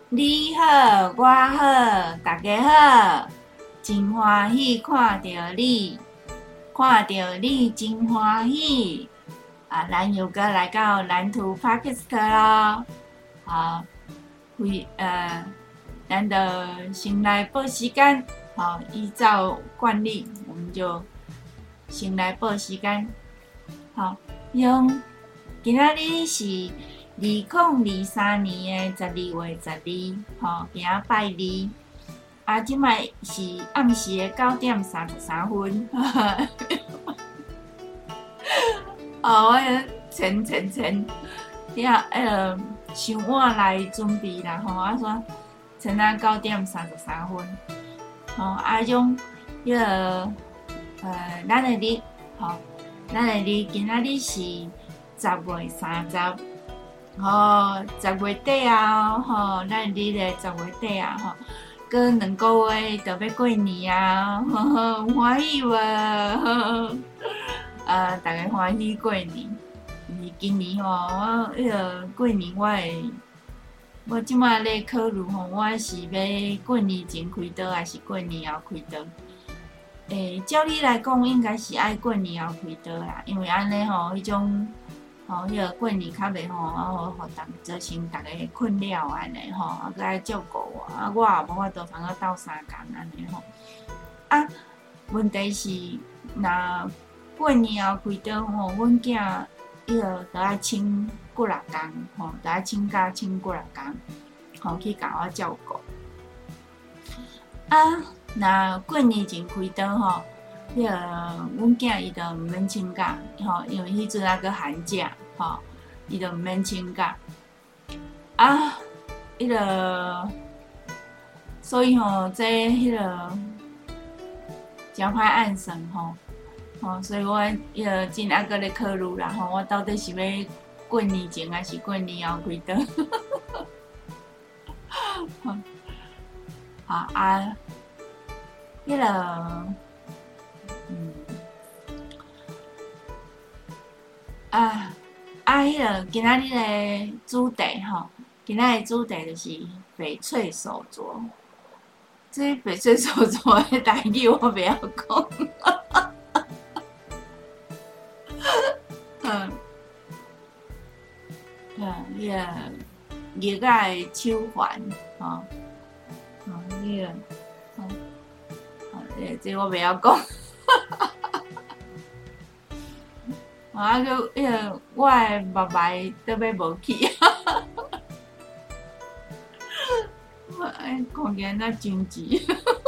你好，我好，大家好，真欢喜看到你，看到你真欢喜。咱又搁来到蓝图 Podcast 咯，好，咱的先来报时间，好，依照惯例，我们就先来报时间，好，今仔日是2023年的12月12，今仔拜二，即摆是暗时的9:33分，我前，想碗来准备啦，我说前仔9:33分，种咱的日，今仔日是10月30，10月底咱的日10月底搁2个月就要过年欢喜无？大家欢喜过年。今年我过年我即马咧考虑我是要过年前开刀，还是过年后开刀？照理来讲，应该是爱过年后开刀啦，因为安尼迄种过年较袂造成大家困扰安尼搁爱照顾我，我也无法度通个斗3工安尼问题是，若过年后开刀阮囝就爱请过6工就爱请假请过6工去甲我照顾。若过年前开刀阮囝伊就毋免请假因为迄阵搁寒假伊就毋免请假所以这真歹按算所以我真搁咧考虑啦我到底是要过年前还是过年后开刀？今仔日的主题今仔日主题就是翡翠手镯。这翡翠手镯的台语我不要讲。玉仔的手环这我不要讲。我的目眉都要无去，看起来那真急。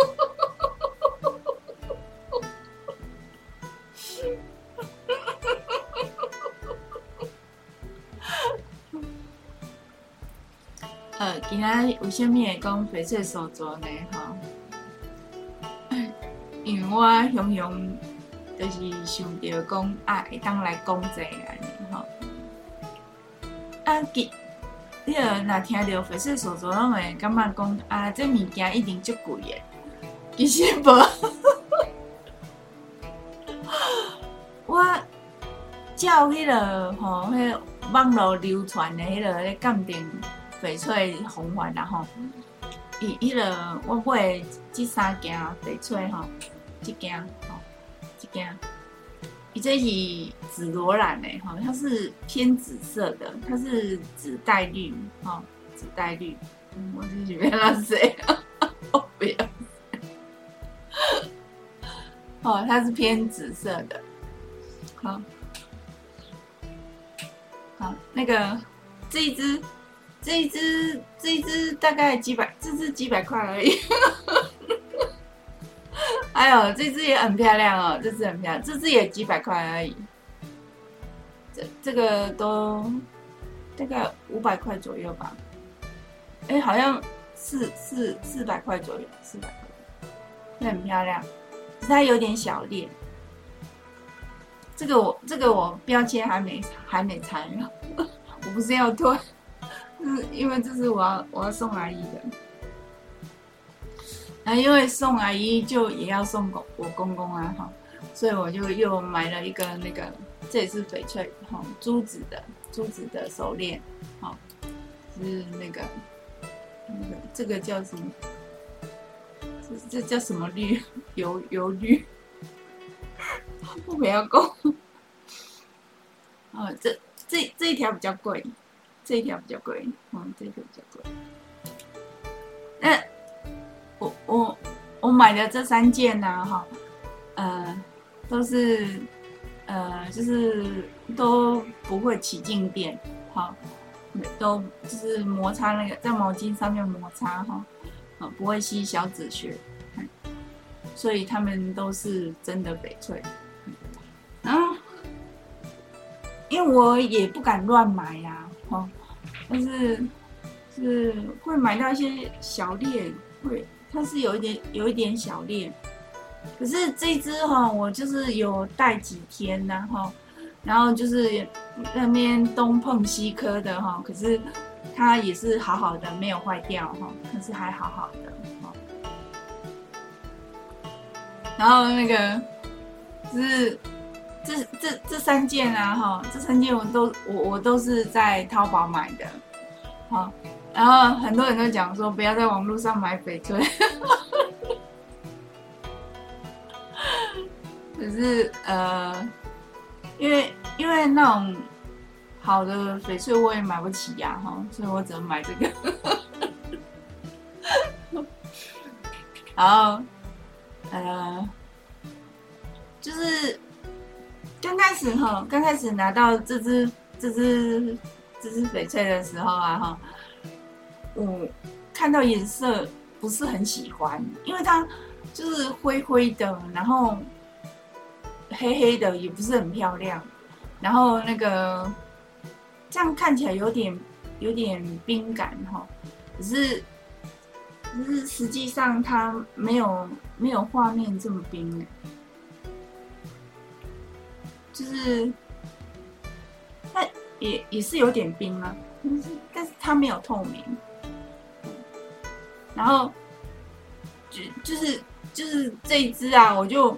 今仔为什么会讲翡翠手镯呢？因为我常常就是想到讲会当来讲这安尼若听到翡翠手镯，拢会感觉讲这物件一定足贵的，其实无。我照网络流传的咧鉴定翡翠红环我买这3件翡翠这件这是紫罗兰的它是偏紫色的，它是紫带绿紫带绿，我是要让谁？我不要。它是偏紫色的。那个这一只大概几百，这只几百块而已。哎呦，这只也很漂亮这只很漂亮，这只也几百块而已。这个都大概500块左右吧。好像400块左右，400块，那很漂亮，可是它有点小裂。这个我标签还没拆呢，我不是要退，因为这是我要送阿姨的。因为送阿姨就也要送我公公所以我就又买了一个那个，这也是翡翠珠子的手链是那个这个叫什么？这叫什么绿？油绿？我不要讲。这一条比较贵，这一条比较贵，这一条比较贵。那我买的这3件呢，都是就是都不会起静电，都就是摩擦那个在毛巾上面摩擦不会吸小紫穴，所以他们都是真的翡翠。然后因为我也不敢乱买呀，但是会买到一些小链，它是有一点小链。可是这一只我就是有戴几天然后就是那边东碰西磕的可是它也是好好的，没有坏掉可是还好好的然后那个就是这3件啊这3件我都是在淘宝买的然后很多人都讲说不要在网络上买翡翠。可是因为那种好的翡翠我也买不起呀所以我只能买这个。然后就是刚开始拿到这只翡翠的时候我看到颜色不是很喜欢，因为它就是灰灰的，然后黑黑的，也不是很漂亮。然后那个这样看起来有点冰感可是实际上它没有画面这么冰，就是它也是有点冰啊，但是它没有透明。然后就是这一支啊，我就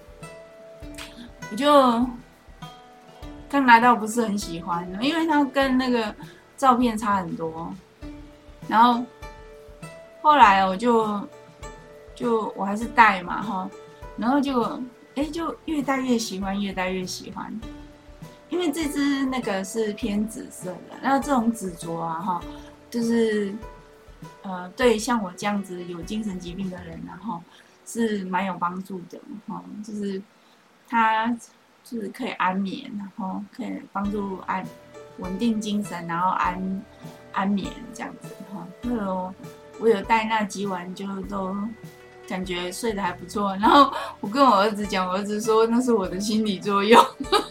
刚拿到不是很喜欢，因为它跟那个照片差很多。然后后来我就我还是戴嘛然后就越戴越喜欢，越戴越喜欢。因为这支那个是偏紫色的，那这种紫镯啊就是对像我这样子有精神疾病的人是蛮有帮助的就是它就是可以安眠，然后可以帮助稳定精神，然后安眠这样子我有戴那几晚就都感觉睡得还不错。然后我跟我儿子讲，我儿子说那是我的心理作用。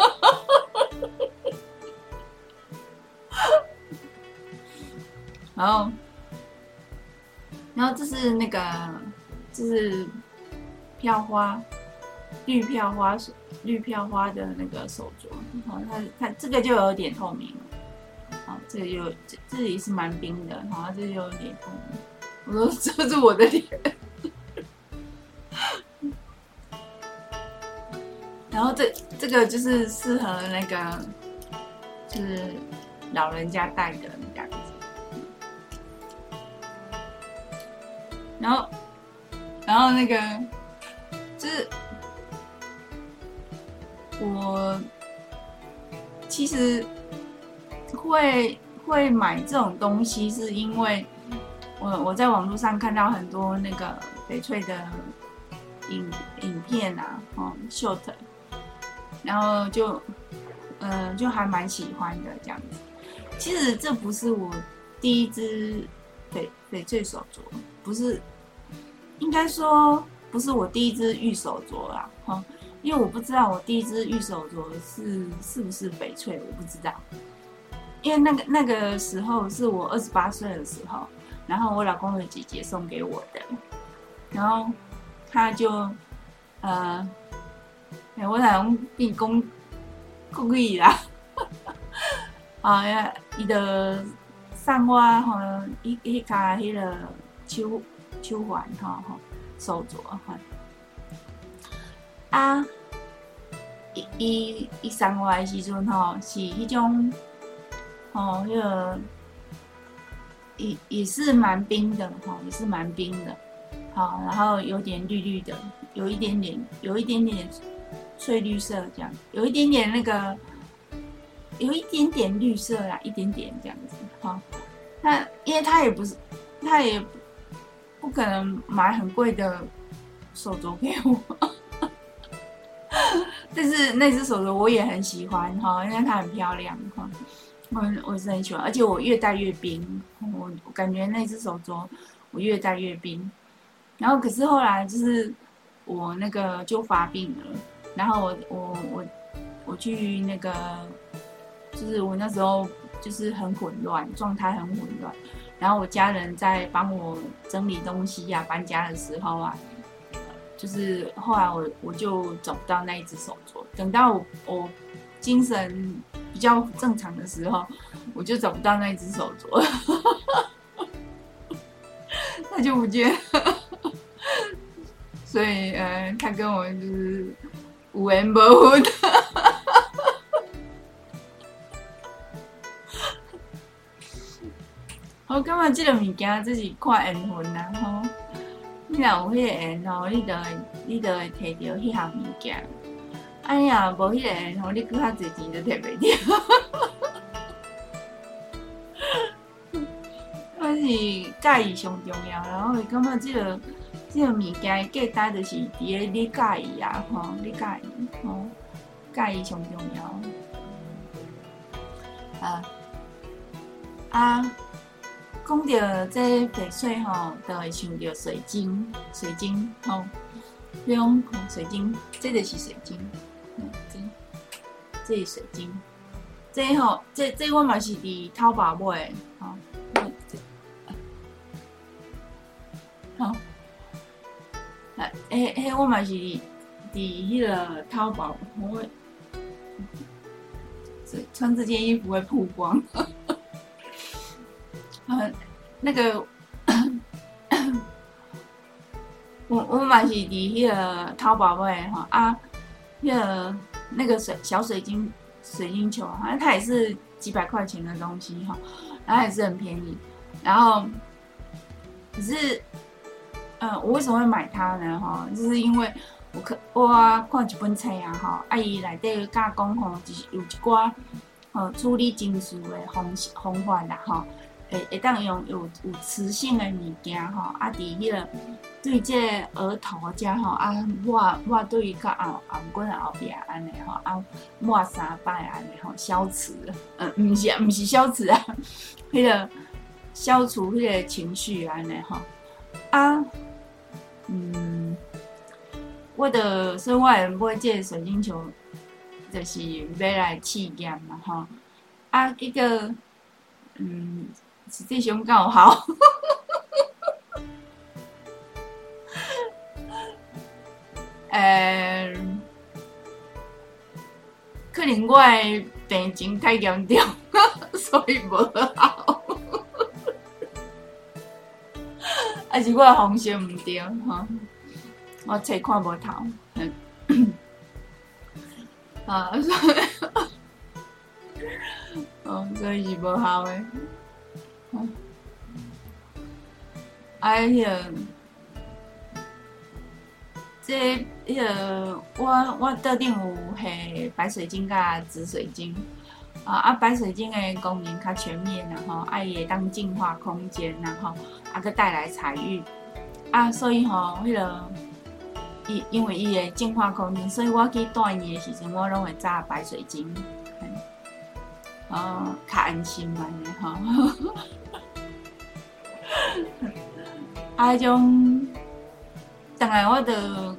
然后这是那个，这是绿票花的那个手镯，它这个就有点透明了，这里是蛮冰的，这就有点透明。我说这是我的脸。然后这个就是适合那个，就是老人家戴的这样子。然后那个就是我其实会买这种东西，是因为我在网络上看到很多那个翡翠的影片啊，short， 然后就还蛮喜欢的这样子。其实这不是我第一支翡翠手镯，不是，应该说不是我第一支玉手镯啦，因为我不知道我第一支玉手镯是不是翡翠，我不知道。因为那个时候是我28岁的时候，然后我老公的姐姐送给我的，然后他就我好像变故意啦，伊就送我迄卡迄个手环手镯伊送我的时阵是迄种迄个也是蛮冰的哈，也是蛮冰的。好，然后有点绿绿的，有一点点翠绿色这样，有一点点绿色啦，一点点这样子。好，那因为他也不可能买很贵的手镯给我，但是那只手镯我也很喜欢哈，因为它很漂亮哈，我是很喜欢，而且我越戴越冰，我感觉那只手镯我越戴越冰。然后可是后来就是我那个就发病了，然后我去那个，就是我那时候就是很混乱，状态很混乱。然后我家人在帮我整理东西呀、搬家的时候啊，就是后来我就找不到那一只手镯。等到我精神比较正常的时候，我就找不到那一只手镯，它就不见了。所以他跟我就是有缘无分。我感觉这个物件只是看缘分啦吼。你若有迄个缘吼，你就会摕到迄项物件。啊，你若无迄个缘吼，你搁较侪钱都摕袂到。我是介意上重要，然后感觉这个物件价值就是伫个你介意啊，吼，你介意，吼，介意上重要。讲到这翡翠吼，就会想到水晶吼，比如水晶，这就是水晶，这是水晶，这吼，这我嘛是伫淘宝买的，吼，好。我嘛是伫迄个淘宝，我穿这件衣服会曝光。那个我嘛是伫迄个淘宝买的哈啊，那个小水晶球，好像它也是几百块钱的东西哈，然后也是很便宜，然后可是。我为什么会买它呢？哈，就是因为我看一本册啊，哈，伊内底甲讲吼，就是有一寡处理金属的方法啦，哈，会当用有磁性的物件吼，啊，伫迄个对这额头遮吼啊抹对甲颔棍后壁安尼吼啊抹3摆安尼吼消磁，毋是消磁啊，迄个消除迄个情绪安尼吼啊。所以我会买这个水晶球，就是要来试验嘛吼。啊，结果实际上敢有效。可能我的病情太严重，所以无效。还是我的方式唔对吼，我册看无透，所以是无效的。迄个，迄个，我桌顶有下白水晶甲紫水晶。白水晶的功能较全面啦吼，伊会当净化空间啦吼，佮带来财运所以吼，迄个因为伊会净化空间，所以我去带伊的时阵，我拢会炸白水晶，较安心安尼吼。迄种，当然我迄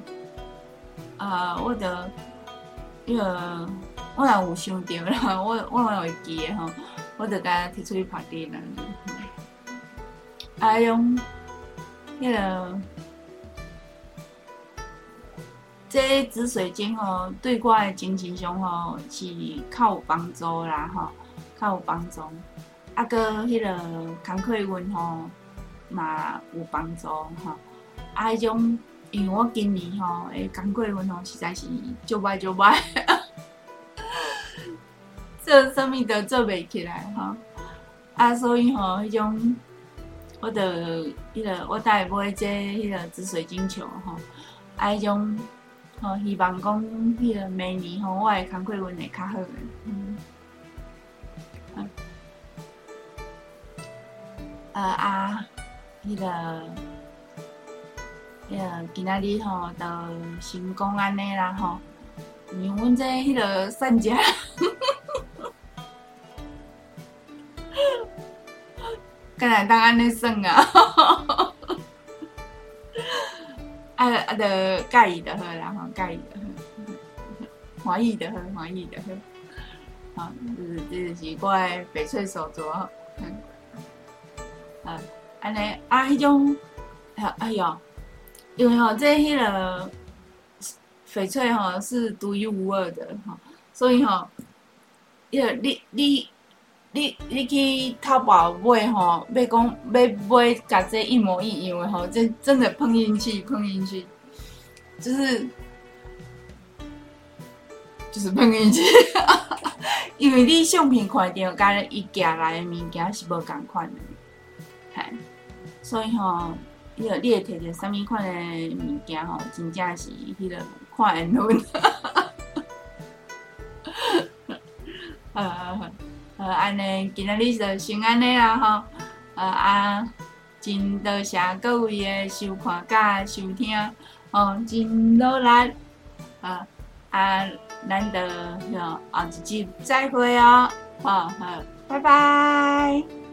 个。我若有想到啦，我嘛会记的吼，我就甲摕出去拍电啦。用迄个这紫水晶吼，对我的精神上吼是较有帮助啦吼，较有帮助。佮迄个工课运吼嘛有帮助吼。迄种。因为我今年吼，工课运吼实在是足歹，做啥物都做袂起来吼，所以吼，迄种我著我带买迄个紫水晶球吼，迄种希望讲明年我的工作运会较好。今仔日就成功安尼啦吼，因为阮这善家。敢若当安尼算啊，著介意就好啦吼，介意就好，欢喜就好，欢喜就好。好，这就是我的翡翠手镯。安尼迄种，哎呦，因为迄个翡翠是独一无二的所以你去淘宝买要讲要买甲这一模一样的这真的碰运气，就是碰运气，因为你相片看到，甲伊寄来的物件是无同款的，所以你会摕到什么款的物件真正是看缘分。安尼今仔日就先安尼啦真多谢各位的收看甲收听真努力咱就后一集再会拜拜。